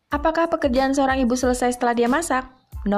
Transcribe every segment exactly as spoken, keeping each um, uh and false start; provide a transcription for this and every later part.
Apakah pekerjaan seorang ibu selesai setelah dia masak?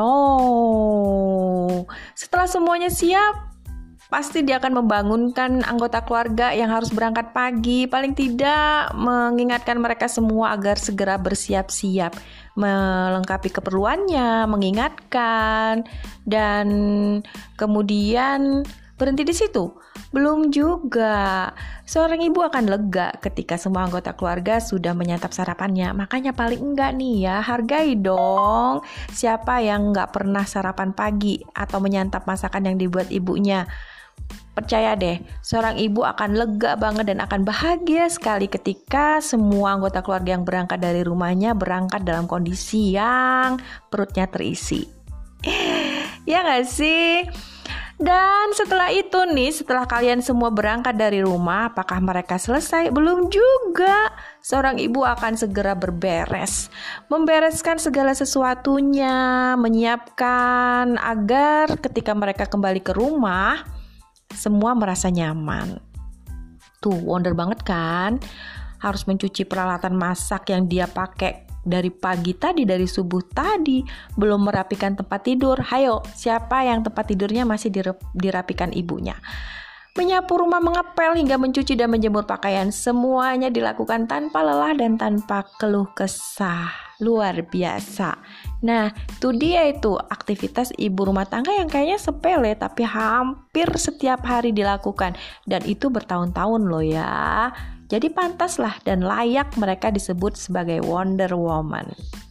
No. Setelah semuanya siap, pasti dia akan membangunkan anggota keluarga yang harus berangkat pagi, paling tidak mengingatkan mereka semua agar segera bersiap-siap, melengkapi keperluannya, mengingatkan, dan kemudian berhenti di situ. Belum juga. Seorang ibu akan lega ketika semua anggota keluarga sudah menyantap sarapannya. Makanya paling enggak nih ya, hargai dong siapa yang enggak pernah sarapan pagi atau menyantap masakan yang dibuat ibunya. Percaya deh, seorang ibu akan lega banget dan akan bahagia sekali ketika semua anggota keluarga yang berangkat dari rumahnya berangkat dalam kondisi yang perutnya terisi. Ya gak sih? Dan setelah itu nih, setelah kalian semua berangkat dari rumah, apakah mereka selesai? Belum juga. Seorang ibu akan segera berberes, membereskan segala sesuatunya, menyiapkan agar ketika mereka kembali ke rumah, semua merasa nyaman. Tuh, wonder banget kan? Harus mencuci peralatan masak yang dia pakai dari pagi tadi, dari subuh tadi, belum merapikan tempat tidur. Hayo, siapa yang tempat tidurnya masih dirapikan ibunya? Menyapu rumah, mengepel, hingga mencuci dan menjemur pakaian, semuanya dilakukan tanpa lelah dan tanpa keluh kesah. Luar biasa. Nah, itu dia itu aktivitas ibu rumah tangga yang kayaknya sepele tapi hampir setiap hari dilakukan, dan itu bertahun-tahun loh ya. Jadi pantaslah dan layak mereka disebut sebagai Wonder Woman.